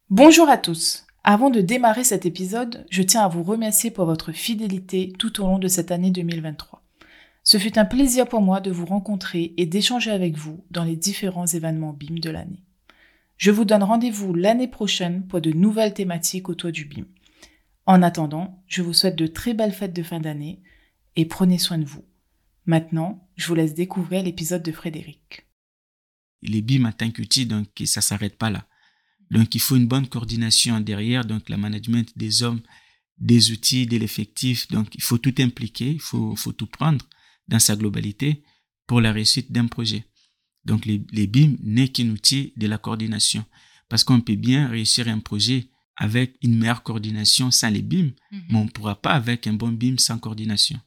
Bonjour à tous. Avant de démarrer cet épisode, je tiens à vous remercier pour votre fidélité tout au long de cette année 2023. Ce fut un plaisir pour moi de vous rencontrer et d'échanger avec vous dans les différents événements BIM de l'année. Je vous donne rendez-vous l'année prochaine pour de nouvelles thématiques autour du BIM. En attendant, je vous souhaite de très belles fêtes de fin d'année et prenez soin de vous. Maintenant, je vous laisse découvrir l'épisode de Frédéric. Les BIM en tant qu'outil, donc ça s'arrête pas là. Donc il faut une bonne coordination derrière, donc le management des hommes, des outils, de l'effectif. Donc il faut tout impliquer, il faut tout prendre dans sa globalité pour la réussite d'un projet. Donc les BIM n'est qu'un outil de la coordination, parce qu'on peut bien réussir un projet avec une meilleure coordination sans les BIM, mais on ne pourra pas avec un bon BIM sans coordination.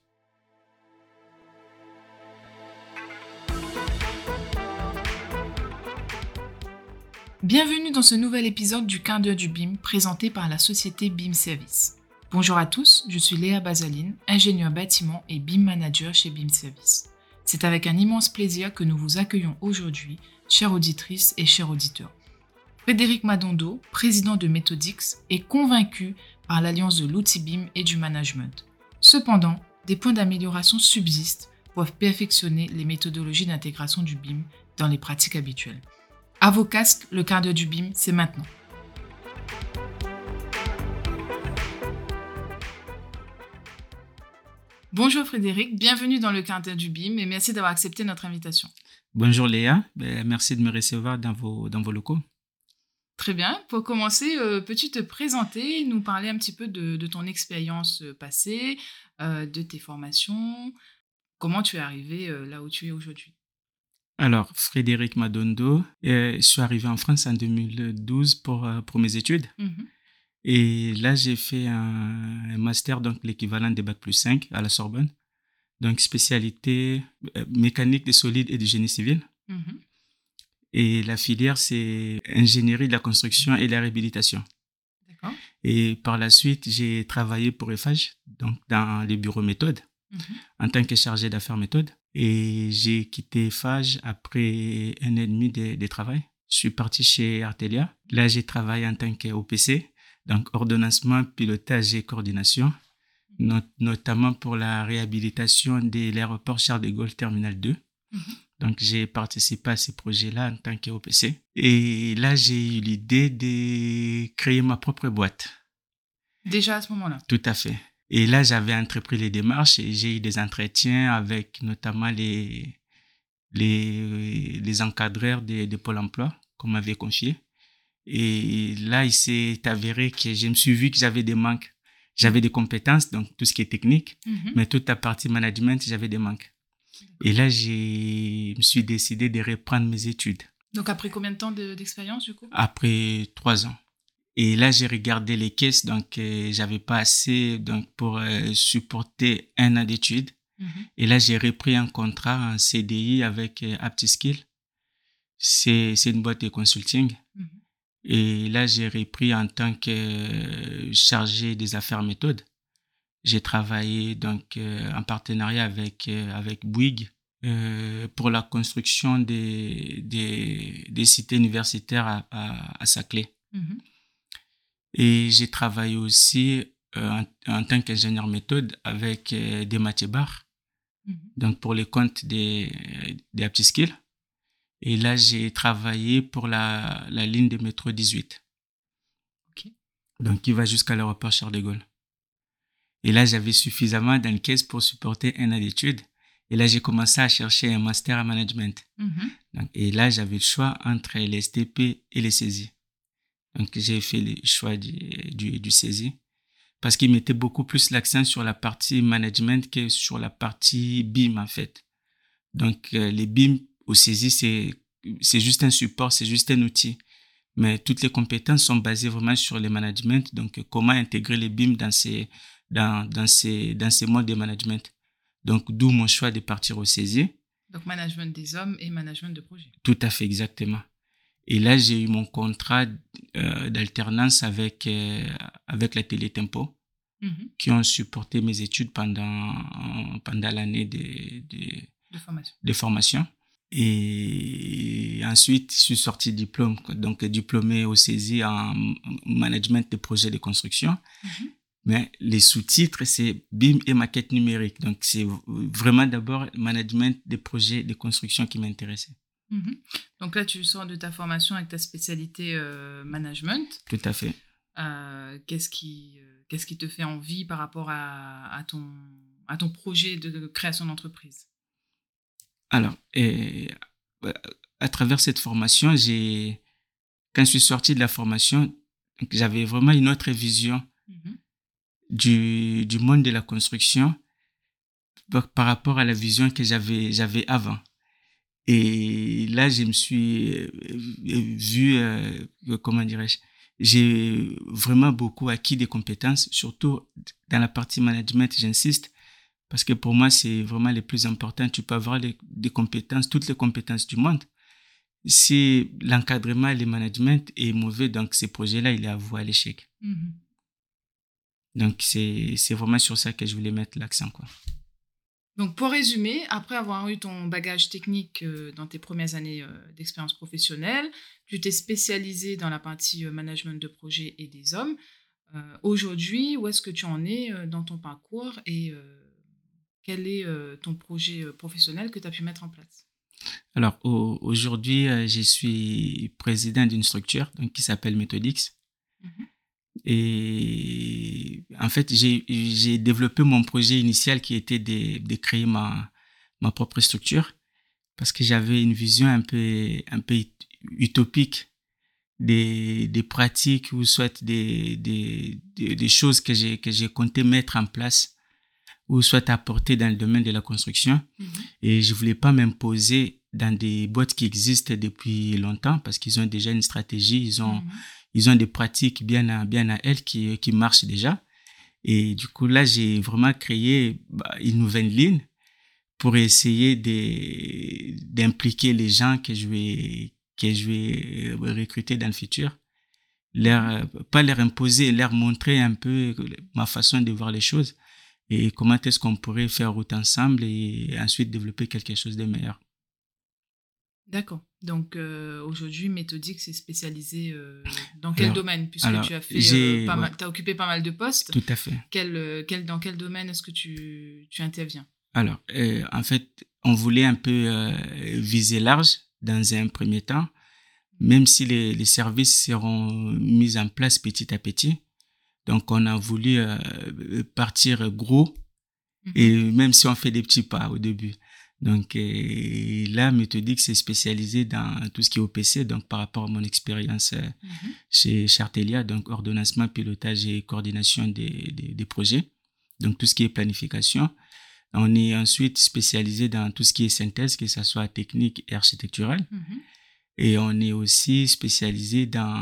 Bienvenue dans ce nouvel épisode du quart d'heure du BIM présenté par la société BIM Service. Bonjour à tous, je suis Léa Bazaline, ingénieure bâtiment et BIM manager chez BIM Service. C'est avec un immense plaisir que nous vous accueillons aujourd'hui, chères auditrices et chers auditeurs. Frédéric Madondo, président de Methodix, est convaincu par l'alliance de l'outil BIM et du management. Cependant, des points d'amélioration subsistent pour perfectionner les méthodologies d'intégration du BIM dans les pratiques habituelles. À vos casques, le quart d'heure du BIM, c'est maintenant. Bonjour Frédéric, bienvenue dans le quart d'heure du BIM et merci d'avoir accepté notre invitation. Bonjour Léa, merci de me recevoir dans vos locaux. Très bien, pour commencer, peux-tu te présenter, nous parler un petit peu de ton expérience passée, de tes formations, comment tu es arrivé là où tu es aujourd'hui? Alors, Frédéric Madondo, je suis arrivé en France en 2012 pour mes études. Et là, j'ai fait un master, donc l'équivalent des Bac+5 à la Sorbonne. Donc, spécialité mécanique des solides et du génie civil. Et la filière, c'est ingénierie de la construction et de la réhabilitation. D'accord. Et par la suite, j'ai travaillé pour Eiffage, donc dans les bureaux méthodes, en tant que chargé d'affaires méthodes. Et j'ai quitté Eiffage après 1 an et demi de travail. Je suis parti chez Artelia. Là, j'ai travaillé en tant qu'OPC, donc ordonnancement, pilotage et coordination, notamment pour la réhabilitation de l'aéroport Charles de Gaulle Terminal 2. Donc, j'ai participé à ces projets-là en tant qu'OPC. Et là, j'ai eu l'idée de créer ma propre boîte. Déjà à ce moment-là? Tout à fait. Et là, j'avais entrepris les démarches et j'ai eu des entretiens avec notamment les encadreurs de Pôle emploi qu'on m'avait confié. Et là, il s'est avéré que je me suis vu que j'avais des manques. J'avais des compétences, donc tout ce qui est technique, mais toute la partie management, j'avais des manques. Et là, je me suis décidé de reprendre mes études. Donc après combien de temps d'expérience du coup? Après 3 ans. Et là, j'ai regardé les caisses, donc j'avais pas assez donc, pour supporter 1 an d'études. Et là, j'ai repris un contrat en CDI avec Aptiskill. C'est une boîte de consulting. Et là, j'ai repris en tant que chargé des affaires méthodes. J'ai travaillé donc en partenariat avec Bouygues pour la construction des cités universitaires à Saclay. Et j'ai travaillé aussi en tant qu'ingénieur méthode avec des Mathieu Bar, donc pour les comptes des Aptiskill. Et là, j'ai travaillé pour la ligne de métro 18. Okay. Donc, qui va jusqu'à l'aéroport Charles de Gaulle. Et là, j'avais suffisamment dans le caisse pour supporter 1 an d'études. Et là, j'ai commencé à chercher un master en management. Donc, et là, j'avais le choix entre les STP et les saisies. Donc, j'ai fait le choix du saisie parce qu'il mettait beaucoup plus l'accent sur la partie management que sur la partie BIM, en fait. Donc, les BIM au saisie, c'est juste un support, c'est juste un outil. Mais toutes les compétences sont basées vraiment sur le management. Donc, comment intégrer les BIM dans ces modes de management. Donc, d'où mon choix de partir au saisie. Donc, management des hommes et management de projet. Tout à fait, exactement. Et là, j'ai eu mon contrat d'alternance avec la Télétempo, qui ont supporté mes études pendant l'année de formation. Et ensuite, je suis sorti diplôme, donc diplômé au CESI en management de projets de construction. Mais les sous-titres, c'est BIM et maquette numérique. Donc, c'est vraiment d'abord management des projets de construction qui m'intéressait. Donc là, tu sors de ta formation avec ta spécialité management. Tout à fait. Qu'est-ce qui te fait envie par rapport à ton projet de création d'entreprise? Alors, à travers cette formation, quand je suis sorti de la formation, j'avais vraiment une autre vision du monde de la construction par rapport à la vision que j'avais avant. Et là, je me suis vu, comment dirais-je, j'ai vraiment beaucoup acquis des compétences, surtout dans la partie management, j'insiste, parce que pour moi, c'est vraiment le plus important. Tu peux avoir des compétences, toutes les compétences du monde. Si l'encadrement et le management est mauvais, donc ces projets-là, il est voué à l'échec. Donc, c'est vraiment sur ça que je voulais mettre l'accent, quoi. Donc, pour résumer, après avoir eu ton bagage technique dans tes premières années d'expérience professionnelle, tu t'es spécialisé dans la partie management de projet et des hommes. Aujourd'hui, où est-ce que tu en es dans ton parcours et quel est ton projet professionnel que tu as pu mettre en place? Alors, aujourd'hui, je suis président d'une structure donc, qui s'appelle Methodix. Et en fait, j'ai développé mon projet initial qui était de créer ma propre structure parce que j'avais une vision un peu utopique des pratiques ou soit des choses que j'ai compté mettre en place ou soit apporter dans le domaine de la construction. Et je voulais pas m'imposer dans des boîtes qui existent depuis longtemps parce qu'ils ont déjà une stratégie, ils ont des pratiques bien à elles qui marchent déjà. Et du coup, là, j'ai vraiment créé une nouvelle ligne pour essayer d'impliquer les gens que je vais recruter dans le futur. Pas leur imposer, leur montrer un peu ma façon de voir les choses et comment est-ce qu'on pourrait faire route ensemble et ensuite développer quelque chose de meilleur. D'accord. Donc, aujourd'hui, Methodix est spécialisé dans quel domaine? Puisque tu as fait t'as occupé pas mal de postes. Tout à fait. Dans quel domaine est-ce que tu interviens? Alors, en fait, on voulait un peu viser large dans un premier temps, même si les services seront mis en place petit à petit. Donc, on a voulu partir gros et même si on fait des petits pas au début. Donc là, Methodix est spécialisé dans tout ce qui est OPC, donc par rapport à mon expérience chez Artelia, donc ordonnancement, pilotage et coordination des projets, donc tout ce qui est planification. On est ensuite spécialisé dans tout ce qui est synthèse, que ce soit technique et architecturale. Et on est aussi spécialisé dans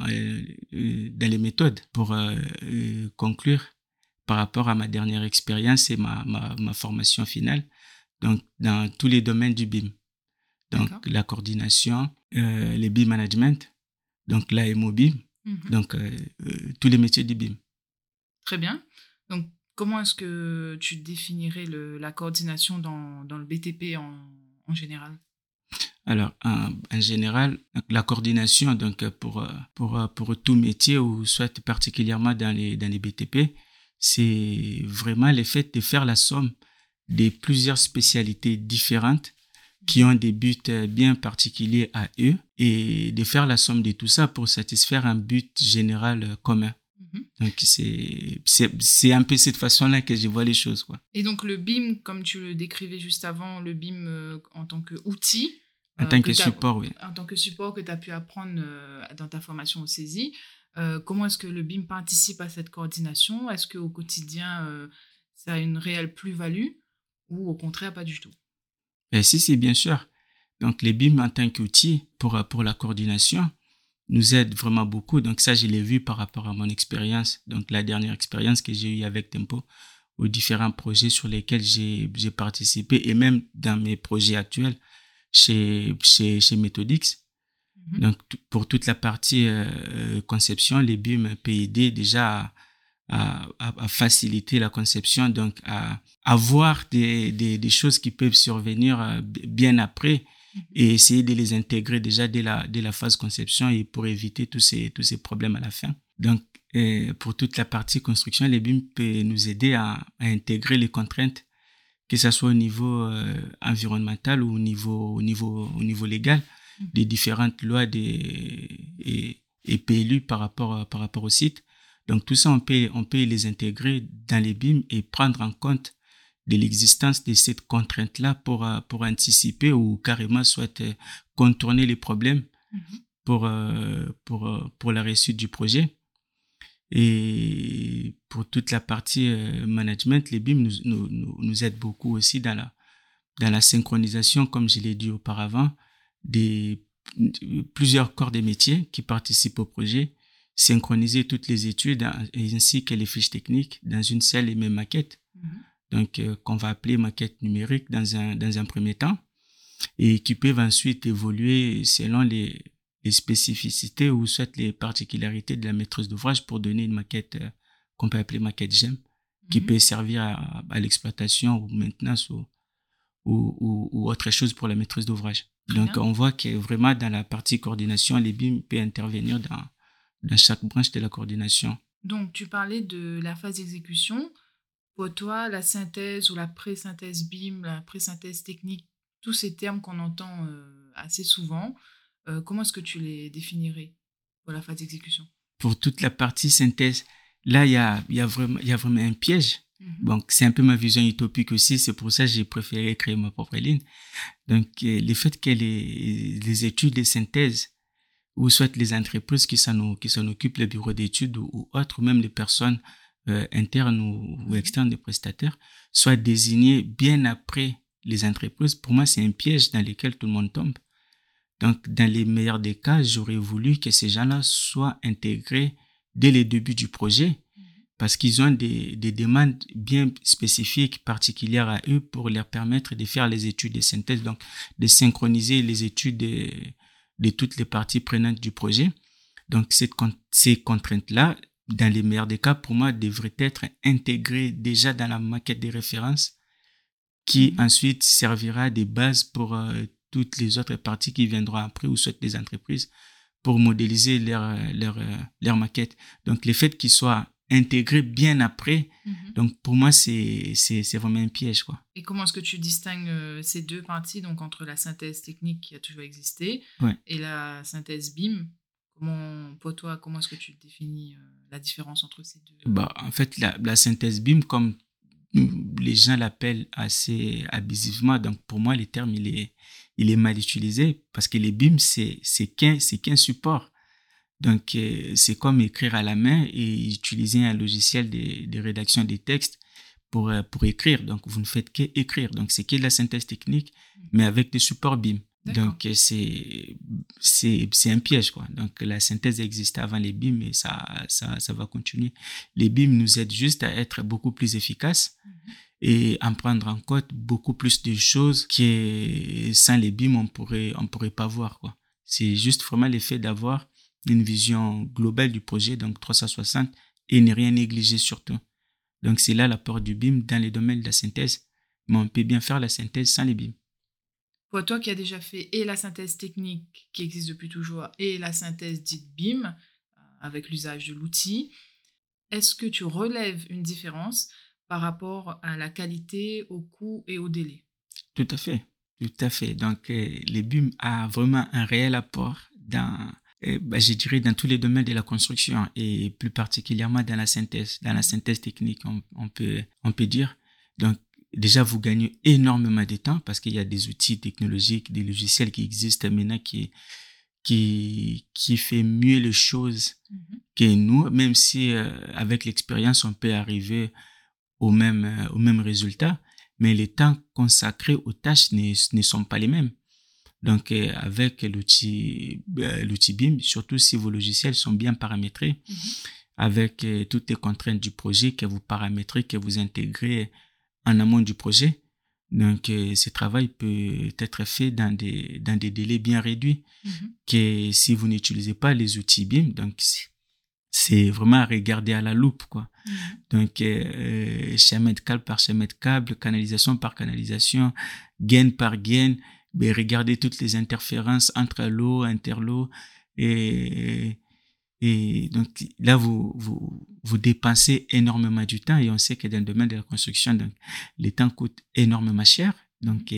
les méthodes pour conclure par rapport à ma dernière expérience et ma formation finale. Donc, dans tous les domaines du BIM. Donc, la coordination, les BIM management, donc l'AMO BIM, donc tous les métiers du BIM. Très bien. Donc, comment est-ce que tu définirais la coordination dans le BTP en général? Alors, en général, la coordination, donc pour tout métier ou soit particulièrement dans les BTP, c'est vraiment le fait de faire la somme de plusieurs spécialités différentes qui ont des buts bien particuliers à eux et de faire la somme de tout ça pour satisfaire un but général commun. Donc, c'est un peu cette façon-là que je vois les choses, quoi. Et donc, le BIM, comme tu le décrivais juste avant, le BIM en tant qu'outil. En tant que support, oui. En tant que support que tu as pu apprendre dans ta formation au CESI. Comment est-ce que le BIM participe à cette coordination? Est-ce qu'au quotidien, ça a une réelle plus-value ou au contraire, pas du tout? Si, bien sûr. Donc, les BIM en tant qu'outil pour la coordination nous aident vraiment beaucoup. Donc, ça, je l'ai vu par rapport à mon expérience. Donc, la dernière expérience que j'ai eue avec Tempo, aux différents projets sur lesquels j'ai participé et même dans mes projets actuels chez Methodix. Donc, pour toute la partie conception, les BIM peut aider déjà à faciliter la conception, donc à voir des choses qui peuvent survenir bien après et essayer de les intégrer déjà dès la phase conception et pour éviter tous ces problèmes à la fin. Donc, pour toute la partie construction, les BIM peut nous aider à intégrer les contraintes, que ce soit au niveau environnemental ou au niveau légal, des différentes lois et PLU par rapport au site. Donc, tout ça, on peut les intégrer dans les BIM et prendre en compte de l'existence de cette contrainte-là pour anticiper ou carrément soit contourner les problèmes pour la réussite du projet. Et pour toute la partie management, les BIM nous aident beaucoup aussi dans la synchronisation, comme je l'ai dit auparavant, plusieurs corps de métiers qui participent au projet, synchroniser toutes les études ainsi que les fiches techniques dans une seule et même maquette. Donc, qu'on va appeler maquette numérique dans un premier temps, et qui peuvent ensuite évoluer selon les spécificités ou soit les particularités de la maîtrise d'ouvrage pour donner une maquette qu'on peut appeler maquette GEM, qui peut servir à l'exploitation ou maintenance ou autre chose pour la maîtrise d'ouvrage. Donc, on voit que vraiment dans la partie coordination, les BIM peuvent intervenir dans chaque branche de la coordination. Donc, tu parlais de la phase d'exécution. Pour toi, la synthèse ou la pré-synthèse BIM, la pré-synthèse technique, tous ces termes qu'on entend assez souvent, comment est-ce que tu les définirais pour la phase d'exécution? Pour toute la partie synthèse, là, il y a vraiment un piège. Donc, c'est un peu ma vision utopique aussi. C'est pour ça que j'ai préféré créer ma propre ligne. Donc, le fait que les études de synthèse, ou soit les entreprises qui s'en occupent, les bureaux d'études ou autres, ou même les personnes internes ou externes des prestataires, soient désignées bien après les entreprises, pour moi, c'est un piège dans lequel tout le monde tombe. Donc, dans les meilleurs des cas, j'aurais voulu que ces gens-là soient intégrés dès le début du projet, parce qu'ils ont des demandes bien spécifiques, particulières à eux, pour leur permettre de faire les études de synthèse, donc de synchroniser les études de toutes les parties prenantes du projet. Donc, ces contraintes-là, dans les meilleurs des cas, pour moi, devraient être intégrées déjà dans la maquette de référence, qui ensuite servira de base pour toutes les autres parties qui viendront après, ou soit des entreprises, pour modéliser leur maquette. Donc, le fait qu'ils soient intégrés bien après, donc pour moi, c'est vraiment un piège, quoi. Et comment est-ce que tu distingues ces deux parties, donc entre la synthèse technique qui a toujours existé et la synthèse BIM? Pour toi, comment est-ce que tu définis la différence entre ces deux? En fait, la synthèse BIM, comme les gens l'appellent assez abusivement, donc pour moi, le terme, il est mal utilisé, parce que les BIM, c'est qu'un support. Donc, c'est comme écrire à la main et utiliser un logiciel de rédaction des textes pour écrire. Donc, vous ne faites qu'écrire. Donc, c'est que de la synthèse technique, mais avec des supports BIM. D'accord. Donc, c'est un piège, quoi. Donc, la synthèse existait avant les BIM et ça va continuer. Les BIM nous aident juste à être beaucoup plus efficaces et à prendre en compte beaucoup plus de choses que sans les BIM, on pourrait pas voir, quoi. C'est juste vraiment l'effet d'avoir une vision globale du projet, donc 360, et ne rien négliger surtout. Donc, c'est là l'apport du BIM dans les domaines de la synthèse. Mais on peut bien faire la synthèse sans les BIM. Pour toi qui as déjà fait et la synthèse technique qui existe depuis toujours et la synthèse dite BIM, avec l'usage de l'outil, est-ce que tu relèves une différence par rapport à la qualité, au coût et au délai? Tout à fait. Donc, les BIM a vraiment un réel apport je dirais dans tous les domaines de la construction et plus particulièrement dans la synthèse technique, on peut dire. Donc, déjà, vous gagnez énormément de temps parce qu'il y a des outils technologiques, des logiciels qui existent maintenant qui fait mieux les choses que nous, même si avec l'expérience, on peut arriver au même résultat, mais les temps consacrés aux tâches ne sont pas les mêmes. Donc, avec l'outil BIM, surtout si vos logiciels sont bien paramétrés, avec toutes les contraintes du projet que vous paramétrez, que vous intégrez en amont du projet, donc ce travail peut être fait dans des délais bien réduits, que si vous n'utilisez pas les outils BIM, donc c'est vraiment à regarder à la loupe, quoi. Donc, schéma de câble par schéma de câble, canalisation par canalisation, gaine par gaine, regarder toutes les interférences entre lots, interlots, et, et donc là, vous dépensez énormément du temps, et on sait que dans le domaine de la construction, donc, les temps coûtent énormément cher. Donc,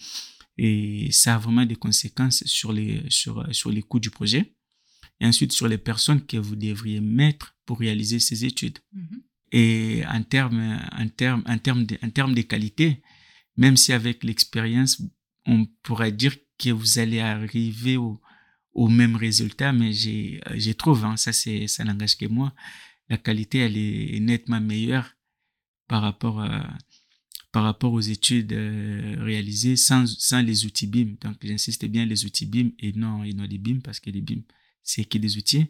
et ça a vraiment des conséquences sur les coûts du projet. Et ensuite, sur les personnes que vous devriez mettre pour réaliser ces études. Et en termes de qualité, même si avec l'expérience, on pourrait dire que vous allez arriver au même résultat, mais je trouve, ça n'engage que moi, la qualité, elle est nettement meilleure par rapport aux études réalisées sans les outils BIM. Donc, j'insiste bien les outils BIM et non les BIM, parce que les BIM, c'est que des outils.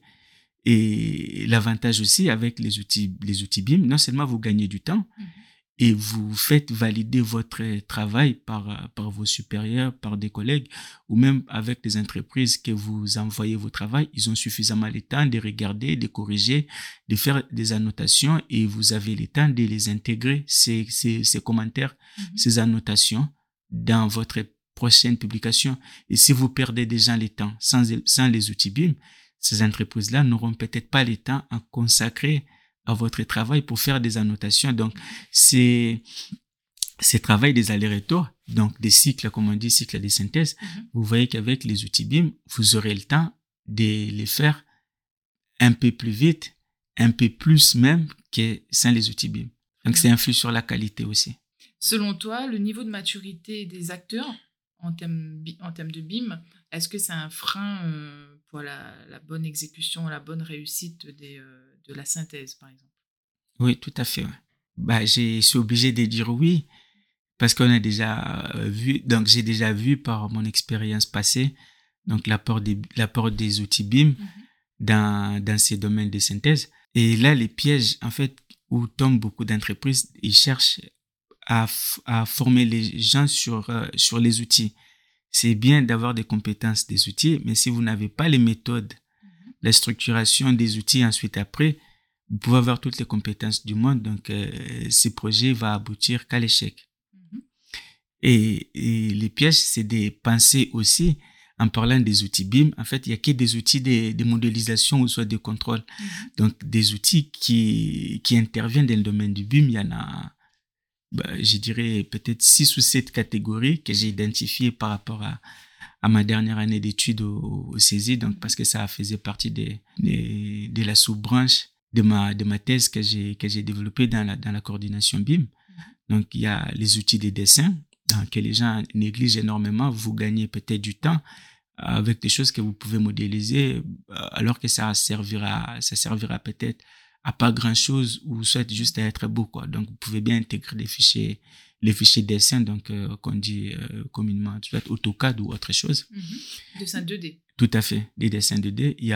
Et l'avantage aussi avec les outils BIM, non seulement vous gagnez du temps, et vous faites valider votre travail par vos supérieurs, par des collègues, ou même avec des entreprises que vous envoyez vos travaux. Ils ont suffisamment le temps de regarder, de corriger, de faire des annotations, et vous avez le temps de les intégrer, ces commentaires, ces annotations, dans votre prochaine publication. Et si vous perdez déjà le temps sans les outils BIM, ces entreprises-là n'auront peut-être pas le temps à consacrer à votre travail pour faire des annotations. Donc, c'est travail des allers-retours, donc des cycles, comme on dit, cycles de synthèse. Vous voyez qu'avec les outils BIM, vous aurez le temps de les faire un peu plus vite, un peu plus même que sans les outils BIM. Donc, ça influe sur la qualité aussi. Selon toi, le niveau de maturité des acteurs en termes de BIM, est-ce que c'est un frein pour la bonne exécution, la bonne réussite de la synthèse, par exemple? Oui, tout à fait. Ouais. Je suis obligé de dire oui, parce qu'on a déjà vu, donc j'ai déjà vu par mon expérience passée, donc l'apport des outils BIM dans ces domaines de synthèse. Et là, les pièges, en fait, où tombent beaucoup d'entreprises, ils cherchent à former les gens sur les outils. C'est bien d'avoir des compétences des outils, mais si vous n'avez pas les méthodes, la structuration des outils ensuite après, vous pouvez avoir toutes les compétences du monde, donc ce projet va aboutir qu'à l'échec. Et les pièges, c'est de penser aussi, en parlant des outils BIM, en fait, il n'y a que des outils de modélisation ou soit de contrôle. Donc, des outils qui interviennent dans le domaine du BIM, il y en a, je dirais, peut-être 6 ou 7 catégories que j'ai identifiées par rapport à ma dernière année d'études au CESI, donc parce que ça faisait partie de la sous-branche de ma thèse que j'ai développée dans la coordination BIM. Donc, il y a les outils de dessin, que les gens négligent énormément. Vous gagnez peut-être du temps avec des choses que vous pouvez modéliser, alors que ça servira peut-être à pas grand-chose, ou soit juste à être beau, quoi. Donc, vous pouvez bien intégrer les fichiers dessin, donc qu'on dit communément, soit AutoCAD ou autre chose. Dessin 2D. Tout à fait, des dessins 2D. Il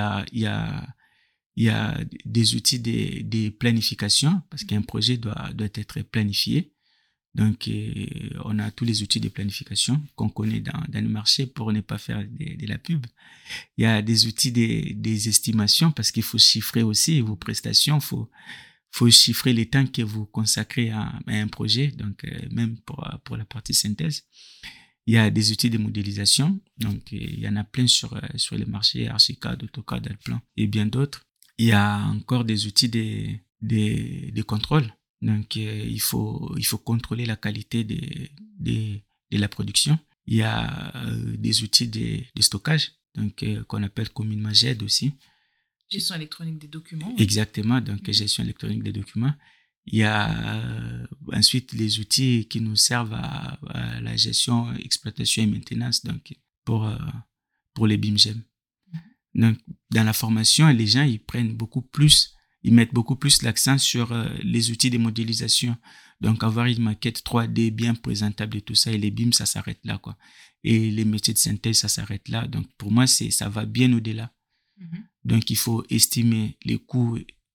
y a des outils de planification, parce qu'un projet doit être planifié. Donc, on a tous les outils de planification qu'on connaît dans le marché pour ne pas faire de la pub. Il y a des outils des estimations, parce qu'il faut chiffrer aussi vos prestations. Faut chiffrer les temps que vous consacrez à un projet, donc même pour la partie synthèse. Il y a des outils de modélisation, donc il y en a plein sur les marchés, Archicad, AutoCAD, Allplan et bien d'autres. Il y a encore des outils de contrôle. Donc, il faut contrôler la qualité de la production. Il y a des outils de stockage, donc qu'on appelle communément GED aussi. Gestion électronique des documents. Exactement, donc gestion électronique des documents. Il y a ensuite les outils qui nous servent à la gestion, exploitation et maintenance, donc pour les BIM-GEM. Donc, dans la formation, les gens, ils mettent beaucoup plus l'accent sur les outils de modélisation. Donc, avoir une maquette 3D bien présentable et tout ça, et les BIM, ça s'arrête là, quoi. Et les métiers de synthèse, ça s'arrête là. Donc, pour moi, ça va bien au-delà. Donc, il faut estimer les coûts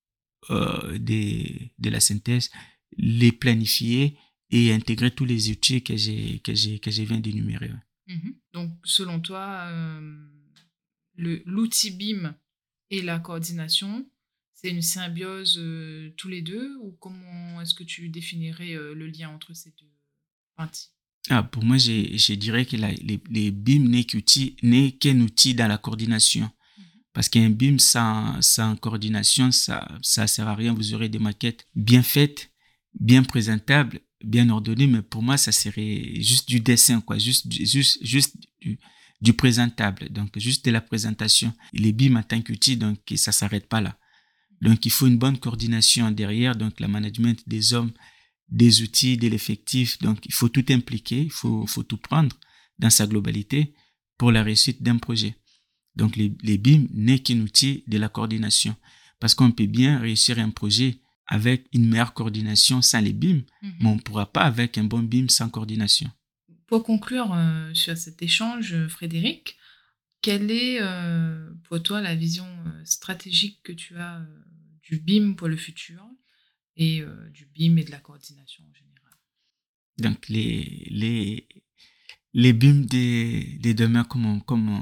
de la synthèse, les planifier et intégrer tous les outils que je viens d'énumérer. Donc, selon toi, l'outil BIM et la coordination, c'est une symbiose tous les deux, ou comment est-ce que tu définirais le lien entre ces deux parties? Pour moi, je dirais que les BIM n'est qu'un outil dans la coordination. Parce qu'un BIM sans coordination, ça sert à rien. Vous aurez des maquettes bien faites, bien présentables, bien ordonnées, mais pour moi, ça serait juste du dessin, quoi. Juste du présentable. Donc, juste de la présentation. Et les BIM en tant qu'outil, donc, ça s'arrête pas là. Donc, il faut une bonne coordination derrière. Donc, le management des hommes, des outils, de l'effectif. Donc, il faut tout impliquer. Il faut tout prendre dans sa globalité pour la réussite d'un projet. Donc, les BIM n'est qu'un outil de la coordination. Parce qu'on peut bien réussir un projet avec une meilleure coordination sans les BIM, mais on ne pourra pas avec un bon BIM sans coordination. Pour conclure sur cet échange, Frédéric, quelle est pour toi la vision stratégique que tu as du BIM pour le futur et du BIM et de la coordination en général? Donc, les BIM des demain, comme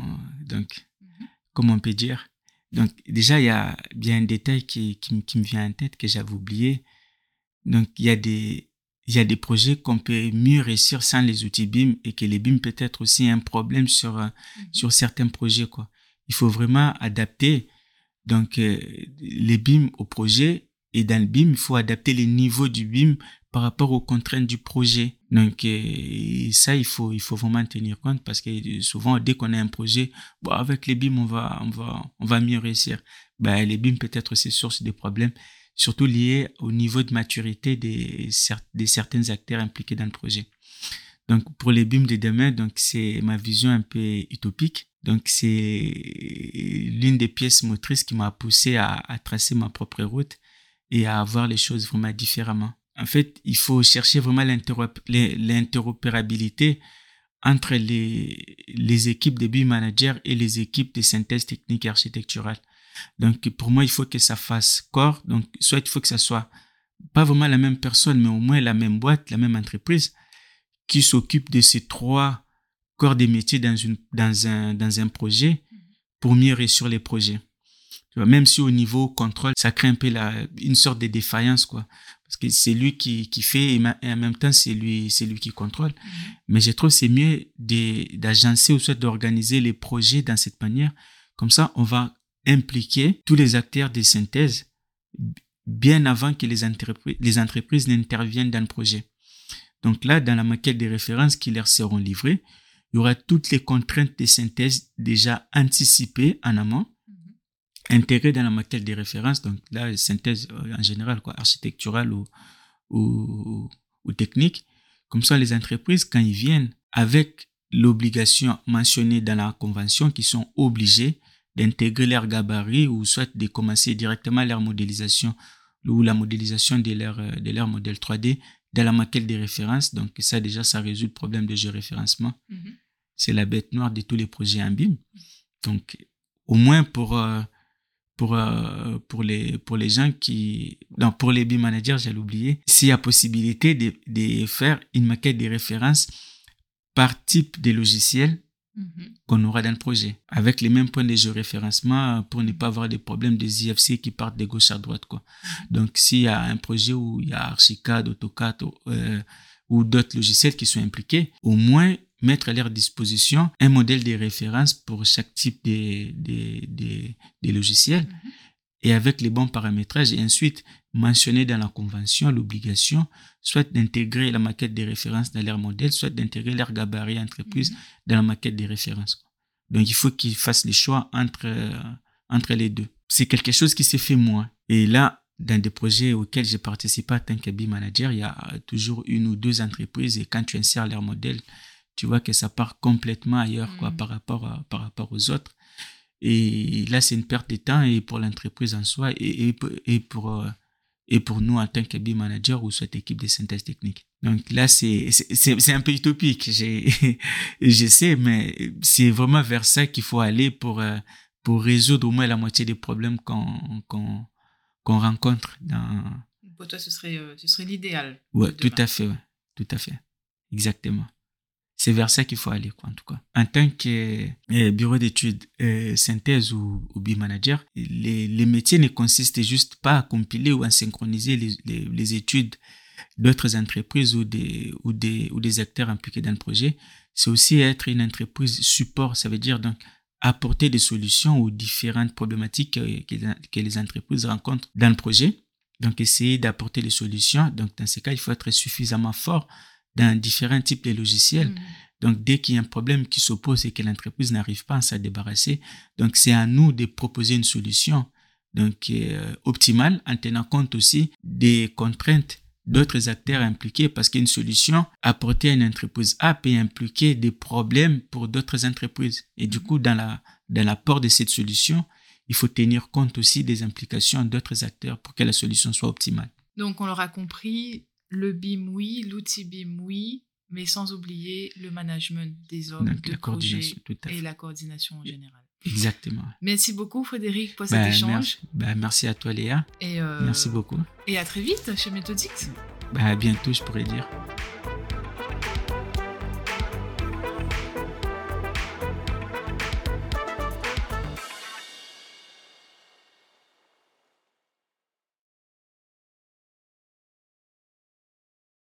on peut dire. Donc, déjà, il y a bien un détail qui me vient en tête que j'avais oublié. Donc, il y a des projets qu'on peut mieux réussir sans les outils BIM et que les BIM peut être aussi un problème sur certains projets, quoi. Il faut vraiment adapter, donc, les BIM au projet, et dans le BIM, il faut adapter les niveaux du BIM par rapport aux contraintes du projet. Donc, ça, il faut vraiment tenir compte parce que souvent, dès qu'on a un projet, avec les BIM, on va mieux réussir. Les BIM peut être aussi source de problèmes, surtout liés au niveau de maturité des certains acteurs impliqués dans le projet. Donc, pour les BIM de demain, donc, c'est ma vision un peu utopique. Donc, c'est l'une des pièces motrices qui m'a poussé à tracer ma propre route et à voir les choses vraiment différemment. En fait, il faut chercher vraiment l'interopérabilité entre les équipes de BIM Manager et les équipes de synthèse technique et architecturale. Donc, pour moi, il faut que ça fasse corps. Donc, soit il faut que ça soit pas vraiment la même personne, mais au moins la même boîte, la même entreprise qui s'occupe de ces trois corps des métiers dans un projet pour mieux réussir les projets. Tu vois, même si au niveau contrôle, ça crée un peu une sorte de défaillance, quoi. Parce que c'est lui qui fait et en même temps, c'est lui qui contrôle. Mais je trouve que c'est mieux d'agencer ou soit d'organiser les projets dans cette manière. Comme ça, on va impliquer tous les acteurs de synthèse bien avant que les entreprises n'interviennent dans le projet. Donc là, dans la maquette des références qui leur seront livrées, il y aura toutes les contraintes de synthèse déjà anticipées en amont, intégrées dans la maquette des références. Donc là, synthèse en général, quoi, architecturale ou technique. Comme ça, les entreprises, quand ils viennent avec l'obligation mentionnée dans la convention, qui sont obligés d'intégrer leur gabarit ou soit de commencer directement leur modélisation ou la modélisation de leur modèle 3D dans la maquette des références. Donc ça, déjà, ça résout le problème de géoréférencement. C'est la bête noire de tous les projets en BIM. Donc, au moins pour les gens qui... Non, pour les BIM managers, j'allais oublier, s'il y a possibilité de faire une maquette des références par type de logiciel qu'on aura dans le projet, avec les mêmes points de géoréférencement pour ne pas avoir des problèmes des IFC qui partent de gauche à droite, quoi. Donc, s'il y a un projet où il y a Archicad, AutoCAD ou d'autres logiciels qui sont impliqués, au moins mettre à leur disposition un modèle de référence pour chaque type des logiciels et avec les bons paramétrages et ensuite mentionner dans la convention l'obligation soit d'intégrer la maquette des références dans leur modèle, soit d'intégrer leur gabarit entreprise dans la maquette des références. Donc, il faut qu'ils fassent les choix entre les deux. C'est quelque chose qui s'est fait moins. Et là, dans des projets auxquels j'ai participé en tant que BIM manager, il y a toujours une ou deux entreprises et quand tu insères leur modèle, tu vois que ça part complètement ailleurs, quoi, par rapport aux autres. Et là, c'est une perte de temps et pour l'entreprise en soi et pour nous en tant que BIM manager ou cette équipe de synthèse technique. Donc là, c'est un peu utopique, je sais, mais c'est vraiment vers ça qu'il faut aller pour résoudre au moins la moitié des problèmes qu'on rencontre dans... Pour toi, ce serait l'idéal. Ouais, tout à fait, ouais. Tout à fait. Exactement. C'est vers ça qu'il faut aller, quoi, en tout cas. En tant que bureau d'études, synthèse ou BIM manager, les métiers ne consistent juste pas à compiler ou à synchroniser les études d'autres entreprises ou des acteurs impliqués dans le projet, c'est aussi être une entreprise support. Ça veut dire donc apporter des solutions aux différentes problématiques que les entreprises rencontrent dans le projet. Donc, essayer d'apporter les solutions. Donc, dans ces cas, il faut être suffisamment fort dans différents types de logiciels. Donc, dès qu'il y a un problème qui s'oppose et que l'entreprise n'arrive pas à s'en débarrasser, donc c'est à nous de proposer une solution optimale en tenant compte aussi des contraintes d'autres acteurs impliqués, parce qu'une solution apportée à une entreprise A peut impliquer des problèmes pour d'autres entreprises. Et du coup, dans l'apport de cette solution, il faut tenir compte aussi des implications d'autres acteurs pour que la solution soit optimale. Donc, on l'aura compris, le BIM, oui, l'outil BIM, oui, mais sans oublier le management des hommes, donc, de projet et la coordination en général. Exactement. Merci beaucoup, Frédéric, pour cet échange. Merci à toi, Léa. Merci beaucoup. Et à très vite chez Methodix. À bientôt, je pourrais dire.